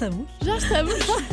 estamos? Já estamos.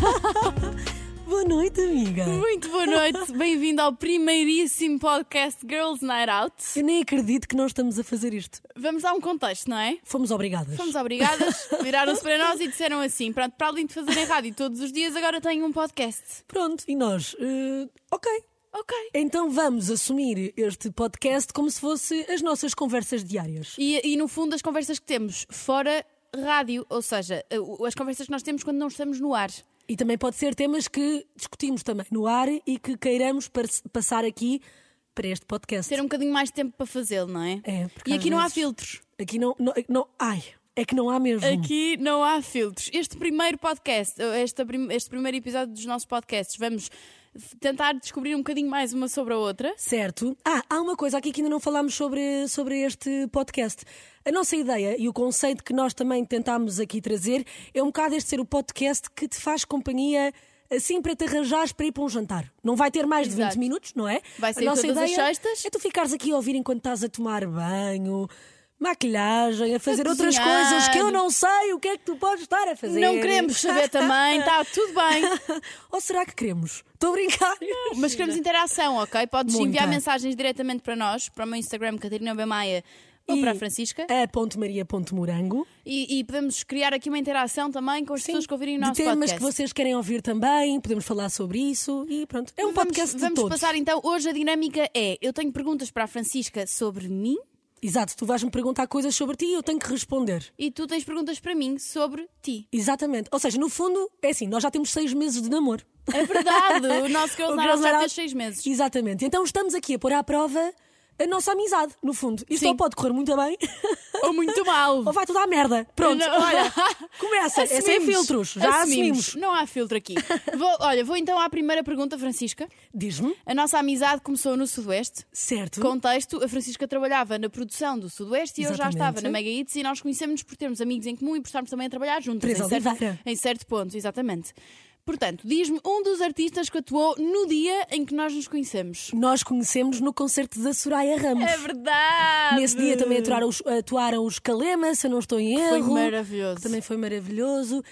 Boa noite, amiga. Muito boa noite. Bem-vindo ao primeiríssimo podcast Girls Night Out. Eu nem acredito que nós estamos a fazer isto. Vamos dar um contexto, não é? Fomos obrigadas. Fomos obrigadas, viraram-se para nós e disseram assim: pronto, para além de fazerem rádio todos os dias, agora tenho um podcast. Pronto, e nós? Ok. Então, Então vamos assumir este podcast como se fosse as nossas conversas diárias. e no fundo as conversas que temos fora rádio, ou seja, as conversas que nós temos quando não estamos no ar. E também pode ser temas que discutimos também no ar e que queiramos passar aqui para este podcast. Ter um bocadinho mais de tempo para fazê-lo, não é? É, porque E às aqui não há vezes- filtros. Aqui não. Ai, é que não há mesmo. Aqui não há filtros. Este primeiro podcast, este primeiro episódio dos nossos podcasts, vamos tentar descobrir um bocadinho mais uma sobre a outra. Certo. Há uma coisa aqui que ainda não falámos sobre este podcast. A nossa ideia e o conceito que nós também tentámos aqui trazer é um bocado este ser o podcast que te faz companhia assim para te arranjares para ir para um jantar. Não vai ter mais de 20 Exato. minutos, não é? Vai sair a nossa todas as ideia sextas. é tu ficares aqui a ouvir enquanto estás a tomar banho, maquilhagem, a fazer outras cozinhar. coisas que eu não sei o que é que tu podes estar a fazer. Não queremos saber também, está tudo bem. Ou será que queremos? Estou a brincar. Mas queremos interação, ok? Podes Muita. enviar mensagens diretamente para nós, para o meu Instagram, Catarina B. Maia, ou para a Francisca. Maria.morango. E podemos criar aqui uma interação também com as pessoas que ouvirem o de nosso temas podcast. que vocês querem ouvir também, podemos falar sobre isso e pronto. É um podcast de vamos todos. passar então. Hoje a dinâmica é: eu tenho perguntas para a Francisca sobre mim Exato, tu vais-me perguntar coisas sobre ti e eu tenho que responder. e tu tens perguntas para mim sobre ti. Exatamente. Ou seja, no fundo, é assim, nós já temos 6 meses de namoro. É verdade, o nosso Girls O Night Girls Out já Night tem Out- 6 meses. Exatamente. Então estamos aqui a pôr à prova a nossa amizade, no fundo. Isto Sim. ou pode correr muito bem Ou muito mal. ou vai tudo à merda. Pronto, Não. olha, começa. É sem Assumimos. filtros. Já assumimos. Não há filtro aqui. Vou então à primeira pergunta, Francisca. Diz-me. A nossa amizade começou no Sudoeste. Certo. Contexto, a Francisca trabalhava na produção do Sudoeste e eu já Exatamente. estava na Mega Hits e nós conhecemos-nos por termos amigos em comum e por estarmos também a trabalhar juntos. Teresa Oliveira. Em certo ponto, exatamente. Portanto, diz-me um dos artistas que atuou no dia em que nós nos conhecemos. Nós conhecemos no concerto da Soraya Ramos. É verdade! Nesse dia também atuaram os Calema, se eu não estou em Foi erro. maravilhoso. Que também foi maravilhoso.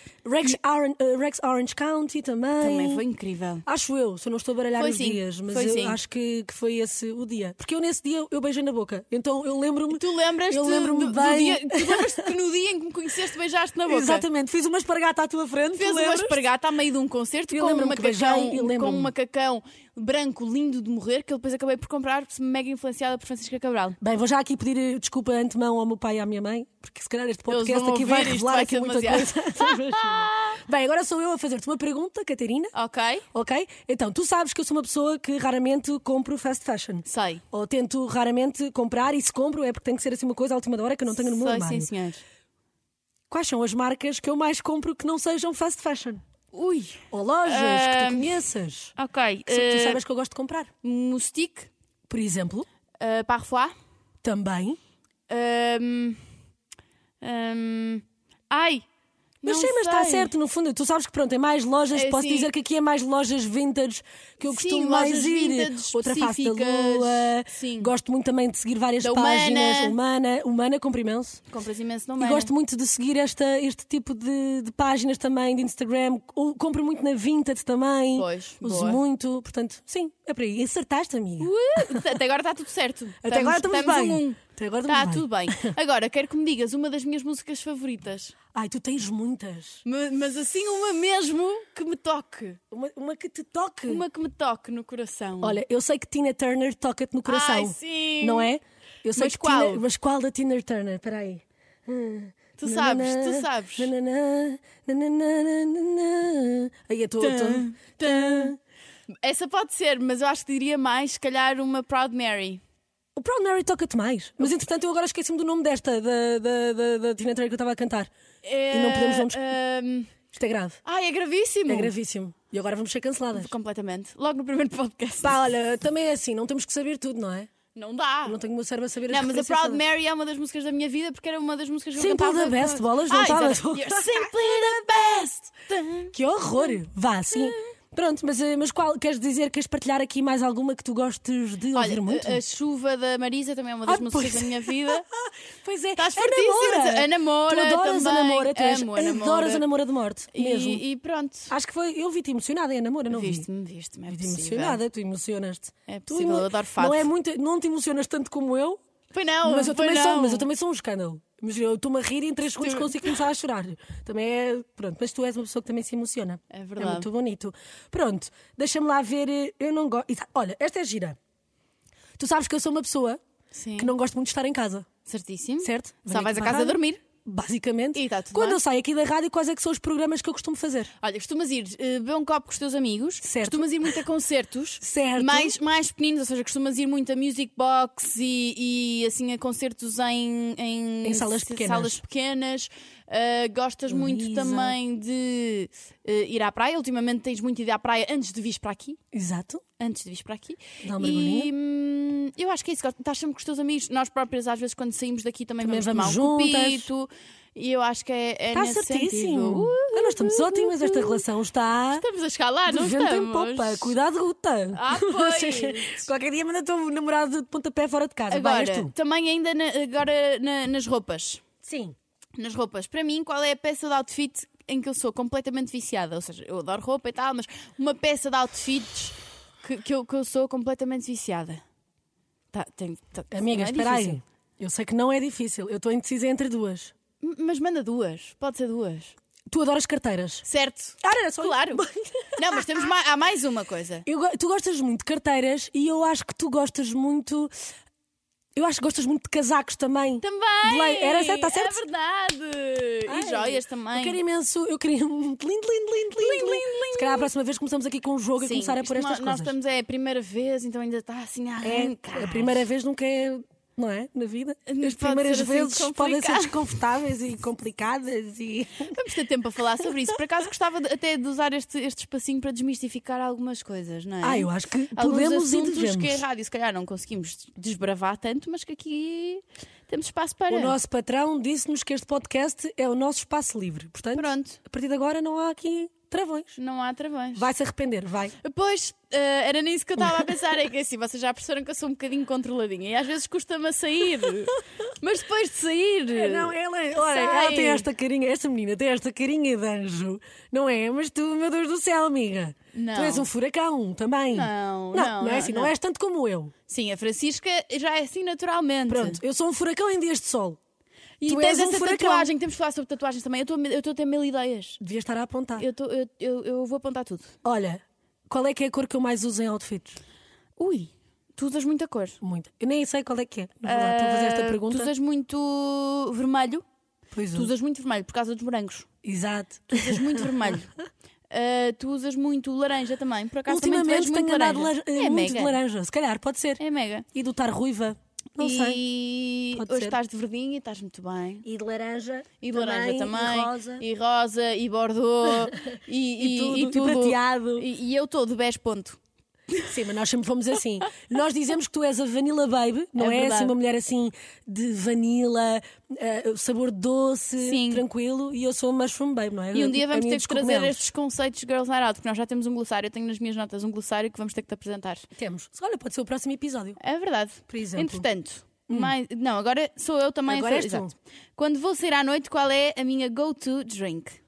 Rex Orange County também. Também foi incrível. Acho eu, se eu não estou a baralhar Foi os sim, dias, mas foi eu sim. acho que foi esse o dia. Porque eu nesse dia eu beijei na boca. Então eu lembro-me. Tu lembras-te Eu lembro-me do bem. dia, tu lembras-te que no dia em que me conheceste beijaste na boca? Exatamente, fiz uma espargata à tua frente. Fez tu uma lembras? espargata a meio de um concerto Eu com lembro-me que beijei, eu lembro-me. um macacão branco lindo de morrer que eu depois acabei por comprar, mega influenciada por Francisca Cabral. Bem, vou já aqui pedir desculpa de antemão ao meu pai e à minha mãe, porque se calhar este Eles podcast vão aqui ouvir, vai isto revelar vai aqui ser muita demasiado. coisa. Bem, agora sou eu a fazer-te uma pergunta, Catarina. Ok? Ok? Então, tu sabes que eu sou uma pessoa que raramente compro fast fashion. Sei. Ou tento raramente comprar, e se compro é porque tem que ser assim uma coisa à última hora que eu não tenho no meu Sei, armário. sim, senhor. Quais são as marcas que eu mais compro que não sejam fast fashion? Ui. Ou lojas que tu conheças? Ok. Que tu sabes que eu gosto de comprar. Moustique, Por exemplo, Parfois. também. Ai! Mas não sim, mas está sei. certo, no fundo. Tu sabes que pronto, é mais lojas, É, posso sim. dizer que aqui é mais lojas vintage que eu Sim, costumo mais lojas ir. vintage Outra face da específicas. Lua. Sim. Gosto muito também de seguir várias Da páginas. Humana. Humana, compro imenso. Compras imenso no E Humana. gosto muito de seguir este tipo de páginas também, de Instagram. Compro muito na Vinted também. Pois, Uso boa. muito. Portanto, sim, é por aí. Acertaste, amiga. Até agora está tudo certo. Até agora estamos bem. Um. Até agora Está estamos tudo bem. Agora, quero que me digas uma das minhas músicas favoritas. Ai, tu tens muitas. Mas assim, uma mesmo que me toque. Uma que te toque. Uma que me toque no coração. Olha, eu sei que Tina Turner toca-te no coração. Ai, sim. Não é? Eu sei Mas que qual? Mas qual da Tina Turner? Espera aí. Tu sabes, tu sabes. Aí eu estou. Tum, tum. Essa pode ser, mas eu acho que diria mais, se calhar, uma Proud Mary. O Proud Mary toca-te mais. Mas entretanto eu agora esqueci-me do nome desta, da Tina Turner que eu estava a cantar. E não podemos nomes. Isto é grave. Ai, é gravíssimo. É gravíssimo. E agora vamos ser canceladas. Completamente. Logo no primeiro podcast. Pá, olha, também é assim, não temos que saber tudo, não é? Não dá. Eu não tenho o meu cérebro a saber as Não, mas a referências Proud todas. Mary é uma das músicas da minha vida porque era uma das músicas que eu Simple cantava. the best, bolas, não estava. exato. You're simply the best. Que horror! Vá, sim. Pronto, mas qual queres dizer? Queres partilhar aqui mais alguma que tu gostes de ouvir muito? A Chuva da Marisa também é uma das músicas da minha vida. Pois é, Estás fortíssima. A Namora. Tu adoras também. a Namora, tu Amo a Namora. adoras a Namora de Morte. Mesmo. E pronto. Acho que foi. Eu vi-te emocionada em a Namora, não vi? Viste-me, é Vi-te possível. emocionada, tu emocionas-te. É Tu possível, eu adoro fado. Não te emocionas tanto como eu, Foi não, mas eu foi também não. sou, mas eu também sou um escândalo. Mas eu estou-me a rir e em 3 segundos consigo começar a chorar. Também é. Pronto, mas tu és uma pessoa que também se emociona. É verdade. É muito bonito. Pronto, deixa-me lá ver. Eu não gosto. Olha, esta é gira. Tu sabes que eu sou uma pessoa Sim. que não gosto muito de estar em casa, Certíssimo. certo? Só Venho vais a aqui para casa rádio, dormir. Basicamente. E está tudo Quando bem. eu saio aqui da rádio, quais é que são os programas que eu costumo fazer? Olha, costumas ir beber um copo com os teus amigos, Certo. costumas ir muito a concertos, Certo. mais pequeninos, ou seja, costumas ir muito a music box e assim a concertos em salas pequenas. Gostas muito Luísa. também de ir à praia. Ultimamente tens muito ido à praia antes de vires para aqui. Exato. Antes de vires para aqui. Dá um E eu acho que é isso. Estás sempre com os teus amigos. Nós próprios, às vezes, quando saímos daqui, também vamos tomar um juntas. copito. E eu acho que é Está nesse certíssimo. sentido. Nós estamos ótimas, esta relação está. Estamos a chegar lá, De não vento em estamos? popa, cuidado, Guta. Ah, pois. Qualquer dia manda o teu namorado de pontapé fora de casa. Vai, és Agora, tu. também ainda nas roupas. Sim. Nas roupas. Para mim, qual é a peça de outfit em que eu sou completamente viciada? Ou seja, eu adoro roupa e tal, mas uma peça de outfits que eu sou completamente viciada. Amiga, não é espera difícil. aí. Eu sei que não é difícil. Eu estou indecisa entre duas. Mas manda duas. Pode ser duas. Tu adoras carteiras. Certo. Era só Claro. Não, mas há mais uma coisa. Tu gostas muito de carteiras e eu acho que tu gostas muito. Eu acho que gostas muito de casacos também. Também! Está certo? É verdade! Ai, E joias também. Eu quero imenso. Eu queria um lindo. Se calhar a próxima vez começamos aqui com um jogo e Sim, começar a pôr isto estas nós coisas. estamos a primeira vez, então ainda está assim a arrancar. A primeira vez nunca é. Não é? Na vida. As Pode primeiras ser assim vezes podem ser complicado. desconfortáveis e complicadas e. Vamos ter tempo a falar sobre isso. Por acaso gostava até de usar este espacinho para desmistificar algumas coisas, não é? Eu acho que Alguns podemos e assuntos devemos. que a rádio se calhar não conseguimos desbravar tanto, mas que aqui temos espaço para. O nosso patrão disse-nos que este podcast é o nosso espaço livre. Portanto, Pronto, a partir de agora não há aqui travões. não há travões. Vai-se arrepender, vai. Pois, era nisso que eu estava a pensar. É que assim, vocês já perceberam que eu sou um bocadinho controladinha e às vezes custa-me a sair. Mas depois de sair. Não, ela tem esta carinha, esta menina tem esta carinha de anjo, não é? Mas tu, meu Deus do céu, amiga. Não. Tu és um furacão também. Não é assim, não és tanto como eu. Sim, a Francisca já é assim naturalmente. Pronto, eu sou um furacão em dias de sol. E tu tens és um essa furacão. tatuagem, temos de falar sobre tatuagens também. Eu estou a ter 1000 ideias. Devia estar a apontar. Eu vou apontar tudo. Olha, qual é que é a cor que eu mais uso em outfits? Ui, tu usas muita cor. Muita. Eu nem sei qual é que é. Na verdade, estou a fazer esta pergunta. Tu usas muito vermelho. Pois Tu uso. usas muito vermelho por causa dos morangos. Exato. Tu usas muito vermelho. Tu usas muito laranja também. Por acaso também tu Ultimamente vês muito tenho andado laranja. É muito mega. de laranja. Se calhar, pode ser. É mega. E do estar ruiva. Não sei. E Pode hoje ser. estás de verdinho e estás muito bem. E de laranja. E de laranja também. E rosa. E rosa, e bordô. E tudo, e prateado. E eu estou de 10 ponto. Sim, mas nós sempre fomos assim. Nós dizemos que tu és a Vanilla Babe, não é? verdade. Assim, uma mulher assim de vanilla, sabor doce, Sim. tranquilo, e eu sou a Mushroom Babe, não é? E um dia A vamos minha ter dos que trazer cogumelos. estes conceitos de Girls Night Out, porque nós já temos um glossário. Eu tenho nas minhas notas um glossário que vamos ter que te apresentar. Temos. Olha, pode ser o próximo episódio. É verdade. Por exemplo. Entretanto, não, agora sou eu também. Agora és tu. Exato. Quando vou sair à noite, qual é a minha go-to drink?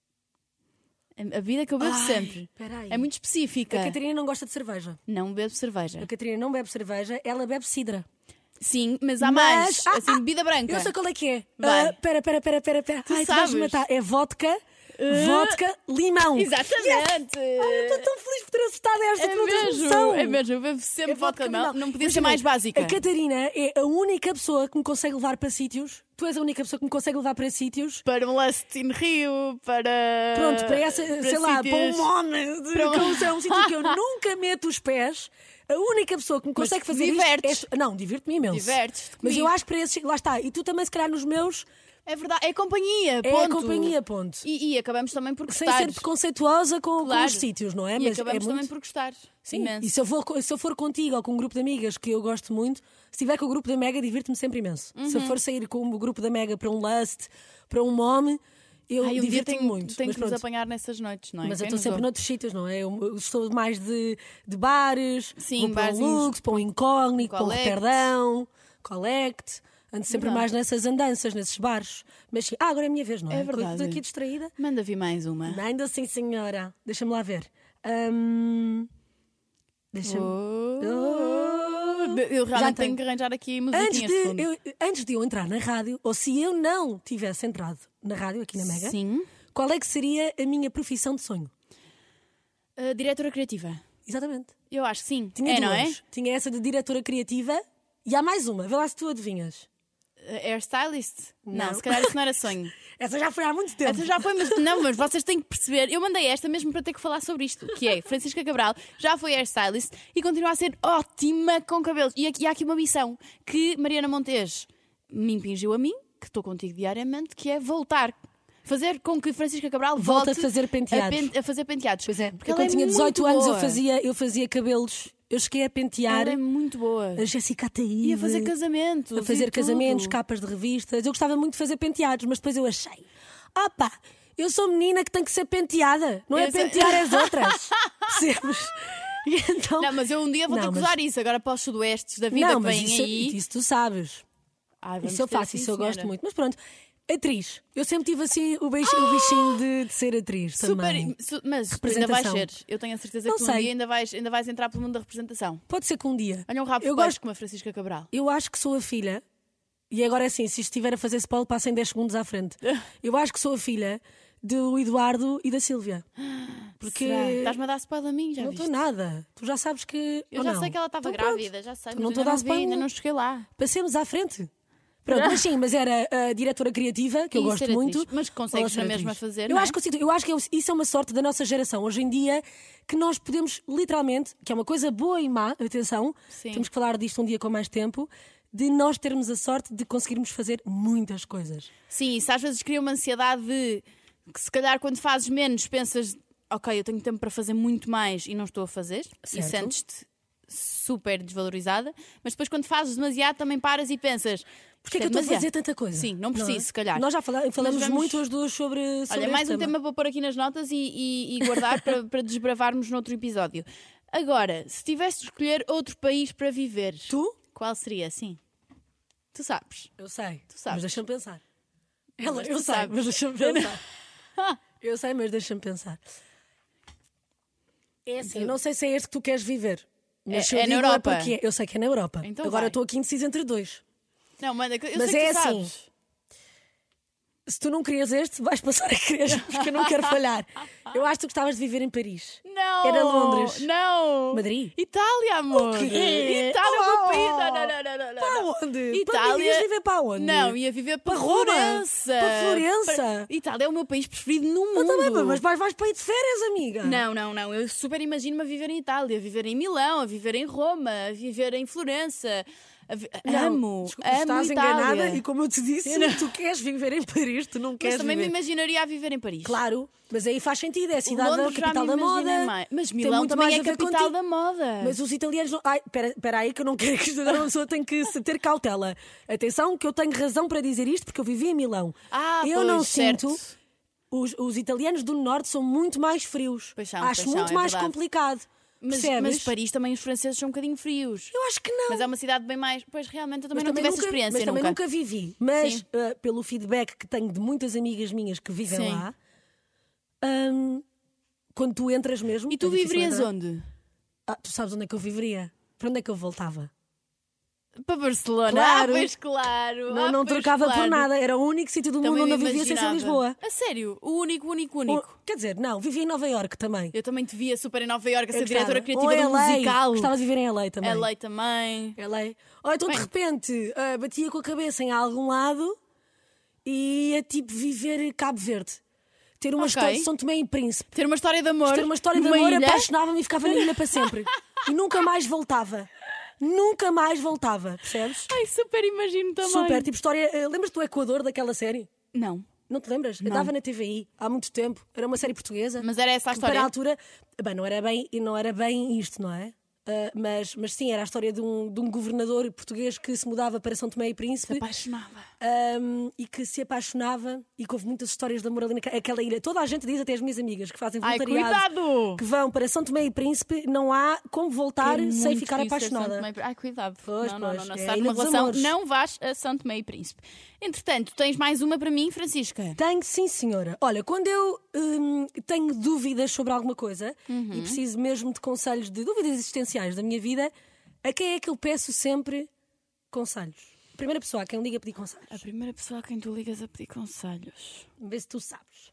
A vida que eu bebo sempre. peraí. É muito específica. A Catarina não gosta de cerveja. Não bebo cerveja. A Catarina não bebe cerveja, ela bebe cidra. Sim, mas há mais. Assim, bebida branca. Eu sei qual é que é. Vai. Pera. Tu Ai, tu vais sabes. me matar. É vodka, limão. Exatamente. Ai, eu estou tão feliz por ter acertado esta, tu não tens noção. É mesmo, eu bebo sempre vodka limão. limão. Não podia ser Imagina, mais básica. A Catarina é a única pessoa que me consegue levar para sítios. Tu és a única pessoa que me consegue levar para sítios. Para um Lust in Rio, para. Pronto, para essa, sei lá, para um sítios- homem, é um sítio que eu nunca meto os pés. A única pessoa que me consegue fazer divertes. isto. Não, divirto-me imenso. Divertes-te Mas comigo. eu acho que para esses. Lá está. E tu também, se calhar, nos meus. É verdade, é companhia, É ponto. a companhia, ponto. E acabamos também por Sem gostar. ser preconceituosa com Claro. os sítios, não é? E Mas acabamos é também muito... por gostar. Sim, Imenso. e se eu for contigo ou com um grupo de amigas que eu gosto muito, se estiver com o grupo da Mega, divirto-me sempre imenso. Se Uhum. eu for sair com o grupo da Mega para um Lust, para um Mome, Eu Ai, um dia divirto-me tenho, muito. tenho mas que nos pronto. apanhar nessas noites, não é? Mas eu Quem estou nos sempre ouve? noutros sítios, não é? Eu estou mais de bares, Sim, vou para um barzinhos. Lux, para um Incógnito, para um Collect. Roterdão, Collect. Ando sempre Verdade. mais nessas andanças, nesses bares. Mas sim, agora é a minha vez, não é? É verdade. Estou aqui distraída. Manda vir mais uma. Ainda sim, senhora. Deixa-me lá ver. Deixa-me. Eu Já realmente tenho. tenho que arranjar aqui musiquinhas de fundo. Antes de eu entrar na rádio, ou se eu não tivesse entrado na rádio aqui na Mega, Sim. qual é que seria a minha profissão de sonho? Diretora criativa. Exatamente. Eu acho que sim. Tinha é, duas. não é? Tinha essa de diretora criativa e há mais uma. Vê lá se tu adivinhas. Hairstylist? Não. Não, se calhar isso não era sonho. Essa já foi há muito tempo. Essa já foi, mas vocês têm que perceber. Eu mandei esta mesmo para ter que falar sobre isto, que é Francisca Cabral já foi hairstylist e continua a ser ótima com cabelos. E há aqui uma missão que Mariana Montes me impingiu a mim, que estou contigo diariamente, que é voltar. Fazer com que Francisca Cabral Volta volte a fazer penteados. a fazer penteados. Pois é, porque eu ela quando tinha 18 muito anos boa. eu fazia cabelos. Eu cheguei a pentear Ela é muito boa. a Jéssica Ataíde. E a fazer casamentos. A fazer e casamentos, tudo. capas de revistas. Eu gostava muito de fazer penteados, mas depois eu achei: opa, eu sou menina que tem que ser penteada, não é Essa- pentear as outras. Percebes? E então... Não, mas eu um dia vou ter Não, que mas- usar isso agora para os sudoestes da vida Não, que mas vêm isso, aí. isso tu sabes. Ai, vamos Isso eu ter, faço, sim, isso eu senhora. gosto muito. Mas pronto, atriz. Eu sempre tive assim o bichinho de ser atriz também. Mas tu ainda vais Representação. ser. Eu tenho a certeza Não que um sei. dia ainda vais entrar pelo mundo da representação. Pode ser que um dia. Olha um rabo Eu de peixe gosto- como a Francisca Cabral. Eu acho que sou a filha, e agora é assim, se estiver a fazer spoiler, passem 10 segundos à frente. Eu acho que sou a filha do Eduardo e da Sílvia. Porque Será? Estás-me a dar spoiler a mim, já não viste? estou nada. Tu já sabes que. Eu ou já não? sei que ela estava Então pronto. grávida, já sei, Tu mas não ainda estou a dar não vi, spoiler. ainda não cheguei lá. Passemos à frente. Pronto, mas sim, mas era a diretora criativa, que eu E gosto ser muito. atriz. Mas consegues Ou ser na mesma atriz. fazer, Eu não é? acho que eu acho que isso é uma sorte da nossa geração. Hoje em dia, que nós podemos literalmente, que é uma coisa boa e má, atenção, Sim. temos que falar disto um dia com mais tempo, de nós termos a sorte de conseguirmos fazer muitas coisas. Sim, isso às vezes cria uma ansiedade de que se calhar quando fazes menos pensas, ok, eu tenho tempo para fazer muito mais e não estou a fazer. E Certo. sentes-te super desvalorizada. Mas depois quando fazes demasiado também paras e pensas, Porquê é isto que eu estou a demasiado. fazer tanta coisa? Sim, não preciso, é? se calhar. Nós já falamos Mas vamos- muito as duas sobre Olha, mais este um tema para pôr aqui nas notas e guardar para desbravarmos noutro episódio. Agora, se tivesse de escolher outro país para viver, Tu? qual seria? Sim. Tu sabes. Eu sei. Tu sabes. Mas deixa-me pensar. Mas eu tu sei, sabes. mas deixa-me pensar. Eu sei, mas deixa-me pensar. É assim, eu não sei se é este que tu queres viver. Mas se eu É na digo Europa. porque eu sei que é na Europa. Então Agora vai. eu estou aqui indecisa entre dois. Não, manda, eu Mas sei é que tu assim. sabes. Se tu não querias este, vais passar a querer, porque eu não quero falhar. Eu acho que tu gostavas de viver em Paris. Não! Era Londres. Não! Madrid. Itália, amor! O quê? Itália é o meu Oh! país! Não. Para onde? Itália. Ias viver para onde? Não, ia viver para Para Roma? Florença! Para Florença? Itália é o meu país preferido no mundo! Eu também, mas vais para ir de férias, amiga. Não. Eu super imagino-me a viver em Itália, a viver em Milão, a viver em Roma, a viver em Florença. Amo estás Itália. enganada e como eu te disse, tu queres viver em Paris, tu não Mas queres também viver. me imaginaria a viver em Paris. Claro, mas aí faz sentido, é a cidade Londres da já capital me da imaginei moda. mais. Mas tem Milão muito também mais é a ver capital contigo. da moda. Mas os italianos não. Ai, espera aí que eu não quero que isto agora uma pessoa tem que ter cautela. Atenção que eu tenho razão para dizer isto porque eu vivi em Milão. Eu pois, não certo. sinto. Os italianos do norte são muito mais frios. Pois são, Acho pois muito são, é mais verdade. complicado. Mas Percebes? Paris também os franceses são um bocadinho frios. Eu acho que não. Mas é uma cidade bem mais. Pois realmente eu também Mas não tive essa experiência mas também nunca. nunca vivi. Mas Sim. pelo feedback que tenho de muitas amigas minhas que vivem Sim. lá, quando tu entras mesmo. E tu é difícil viverias entrar. onde? Tu sabes onde é que eu viveria? Para onde é que eu voltava? Para Barcelona. Claro. Pois claro. Não pois trocava por claro. nada. Era o único sítio do Também mundo onde me eu vivia sem ser imaginava. Lisboa. A sério? O único. Quer dizer, não, vivia em Nova Iorque também. Eu também te via super em Nova Iorque a ser Eu diretora gostava. criativa Ou do LA. musical. Gostava de viver em LA também. LA também. LA. Ou então de Bem. repente batia com a cabeça em algum lado e ia tipo viver Cabo Verde. Ter uma Ok. história de São Tomé e Príncipe. Ter uma história de amor. Ter uma história de numa amor, ilha. apaixonava-me e ficava na ilha para sempre. E nunca mais voltava. Nunca mais voltava, percebes? Ai, super imagino também. Super, tipo história. Lembras-te do Equador daquela série? Não. Não te lembras? Eu dava na TVI há muito tempo. Era uma série portuguesa. Mas era essa a que história? Para a altura. Bem, não era bem isto, não é? Mas sim, era a história de um governador português que se mudava para São Tomé e Príncipe. Se apaixonava. e que se apaixonava e que houve muitas histórias de amor ali naquela ilha. Toda a gente diz, até as minhas amigas que fazem voluntariado, cuidado! que vão para São Tomé e Príncipe, não há como voltar sem ficar apaixonada. Ai, cuidado. Pois, não. é Se a estás Ilha numa dos relação, Amores. não vás a São Tomé e Príncipe. Entretanto, tens mais uma para mim, Francisca? Tenho, sim, senhora. Olha, quando eu tenho dúvidas sobre alguma coisa e preciso mesmo de conselhos, de dúvidas existenciais da minha vida, a quem é que eu peço sempre conselhos? A primeira pessoa a quem liga a pedir conselhos. A primeira pessoa a quem tu ligas a pedir conselhos. Vê se tu sabes.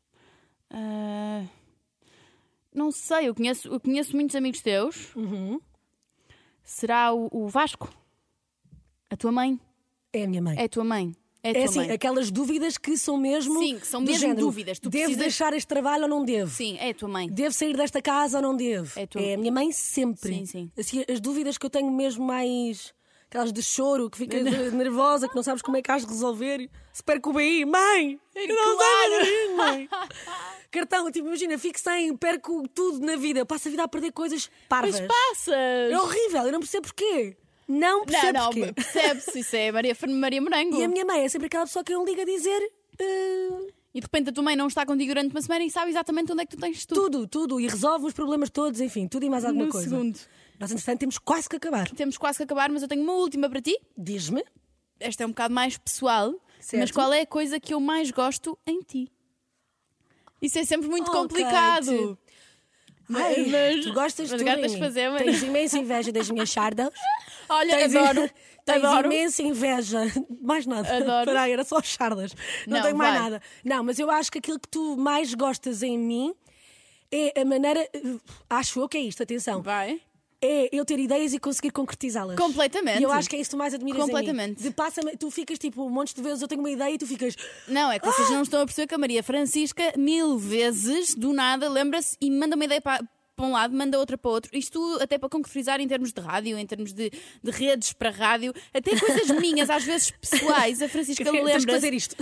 Não sei, eu conheço muitos amigos teus. Será o Vasco? A tua mãe? É a minha mãe. É a tua mãe? É assim, aquelas dúvidas que são mesmo. Sim, que são do mesmo género, dúvidas. Tu devo deixar este trabalho ou não devo? Sim, é a tua mãe. Devo sair desta casa ou não devo? É a minha mãe sempre. Sim. Assim, as dúvidas que eu tenho mesmo mais. Aquelas de choro, que fica nervosa, que não sabes como é que has de resolver. Se perco o BI, mãe! Não sabes, mãe! Cartão, tipo, imagina, fico sem, perco tudo na vida. Eu passo a vida a perder coisas parvas. Mas passas! É horrível, eu não percebo porquê. Não percebo porquê. Percebe-se, isso é Maria Morango. E a minha mãe é sempre aquela pessoa que eu ligo a dizer. E de repente a tua mãe não está contigo durante uma semana e sabe exatamente onde é que tu tens tudo. Tudo. E resolve os problemas todos, enfim, tudo e mais alguma coisa. Segundo. Nós, entretanto, temos quase que acabar. Temos quase que acabar, mas eu tenho uma última para ti. Diz-me. Esta é um bocado mais pessoal. Certo. Mas qual é a coisa que eu mais gosto em ti? Isso é sempre muito complicado. Mas tu gostas de tudo agora em tens de mim. fazer, mas... Tens imensa inveja das minhas sardas. Olha, Tens adoro. imensa inveja. Mais nada. Adoro. Peraí, era só sardas. Não tenho mais nada. Não, mas eu acho que aquilo que tu mais gostas em mim é a maneira. Acho eu que é isto, atenção. Vai. É eu ter ideias e conseguir concretizá-las. Completamente. E eu acho que é isso que tu mais admiras Completamente. em mim. Tu ficas tipo um monte de vezes, eu tenho uma ideia e tu ficas. Não, é que vocês não estão a perceber que a Maria Francisca 1000 vezes, do nada, lembra-se e manda uma ideia para um lado, manda outra para o outro. Isto até para concretizar em termos de rádio, em termos de redes para rádio, até coisas minhas, às vezes pessoais. A Francisca lembra-se. Tens de fazer isto.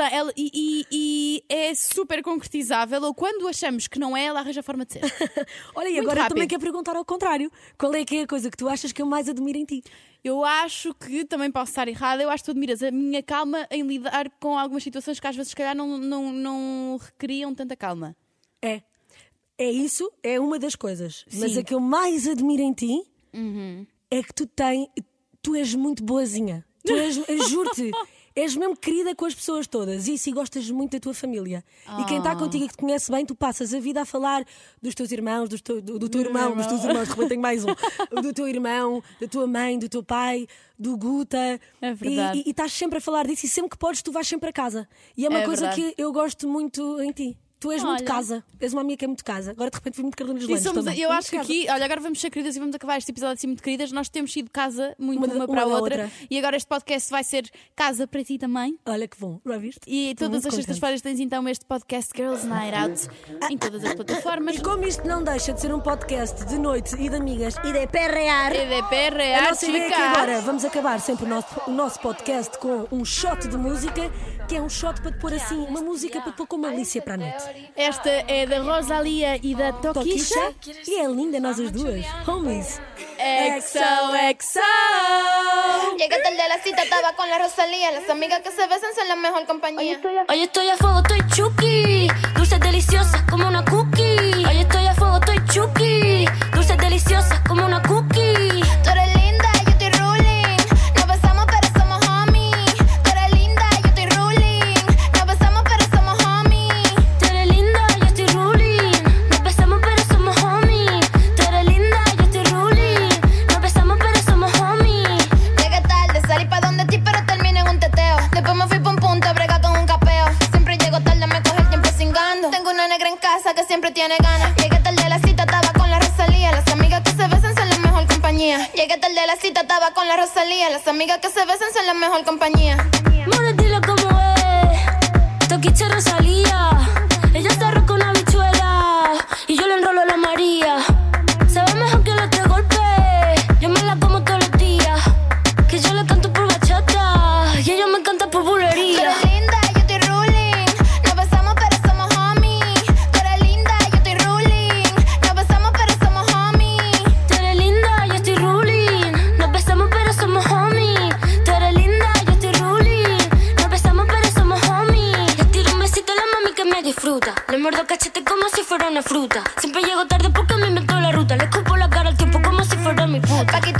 E é super concretizável, ou quando achamos que não é, ela arranja a forma de ser. Olha, e Muito agora eu rápido. também quero perguntar ao contrário. Qual é que é a coisa que tu achas que eu mais admiro em ti? Eu acho que, também posso estar errada, eu acho que tu admiras a minha calma em lidar com algumas situações que às vezes, se calhar, não requeriam tanta calma. É isso, é uma das coisas. Sim. Mas a que eu mais admiro em ti é que tu és muito boazinha. Tu és, eu juro-te, és mesmo querida com as pessoas todas. Isso, e gostas muito da tua família. E quem está contigo e que te conhece bem, tu passas a vida a falar dos teus irmãos, do teu irmão, dos teus irmãos, de repente tenho mais um. Do teu irmão, da tua mãe, do teu pai, do Guta. É verdade. E estás sempre a falar disso e sempre que podes tu vais sempre a casa. E é uma coisa verdade. que eu gosto muito em ti. Tu és muito Olha. casa. És uma amiga que é muito casa. Agora de repente fui muito Carolinas Landes também. Eu Muito acho que casa. aqui, olha, agora vamos ser queridas e vamos acabar este episódio assim muito queridas. Nós temos sido casa muito uma para a da outra. outra. E agora este podcast vai ser casa para ti também. Olha que bom, já viste? E Estou todas muito as sextas-feiras tens então este podcast Girls Night Out em todas as plataformas. E como isto não deixa de ser um podcast de noite e de amigas e de perrear, EDPR, a nossa ideia é que agora vamos acabar sempre o nosso podcast com um shot de música, que é um shot para te pôr assim, uma música para te pôr com uma malícia para a noite. Esta é da Rosalia e da Tokisha. E é linda nós as duas. Homies. XOXO. Llegué tarde a la cita, estaba con la Rosalía. Las amigas que se besan son la mejor compañía. Hoy estoy a fuego, estoy chuki. Dulces deliciosas como una cookie. Hoy estoy a fuego, estoy chuki. Dulces deliciosas como una cookie. Tú eres linda, yo estoy ruling. Nos besamos pero somos homies. Tú eres linda, yo estoy ruling. Nos besamos pero somos homies. Tú eres linda, yo estoy ruling. Nos besamos pero somos homies. Tú eres linda, yo estoy ruling. Nos besamos pero somos homies. Llegué tarde, salí pa' donde ti pero terminé en un teteo. Después me fui pa' un punto, brega con un capeo. Siempre llego tarde, me coge el tiempo cingando. Tengo una negra en casa que siempre tiene ganas. Llegué tarde a la cita, estaba con la Rosalía. Las amigas que se besan son la mejor compañía. Llegué tarde a la cita, estaba con la Rosalía. Las amigas que se besan son la mejor compañía. More, dile cómo es. Toquiche Rosalía. Ella está roca una bichuela. Y yo le enrolo a la María. Sabe mejor que los 3 golpes. Yo me la como todos los días. Que yo le canto por bachata. Y ella me canta por Tú bulería. eres linda, yo estoy ruling. Nos besamos pero somos homies. Tú eres linda, yo estoy ruling. Nos besamos pero somos homies. Tú eres linda, yo estoy ruling. Nos besamos pero somos homies. Tú eres linda, yo estoy ruling. Nos disfruta. Le muerdo cachete como si fuera una fruta. Siempre llego tarde porque me inventó la ruta. Le escupo la cara al tiempo como si fuera mi puta.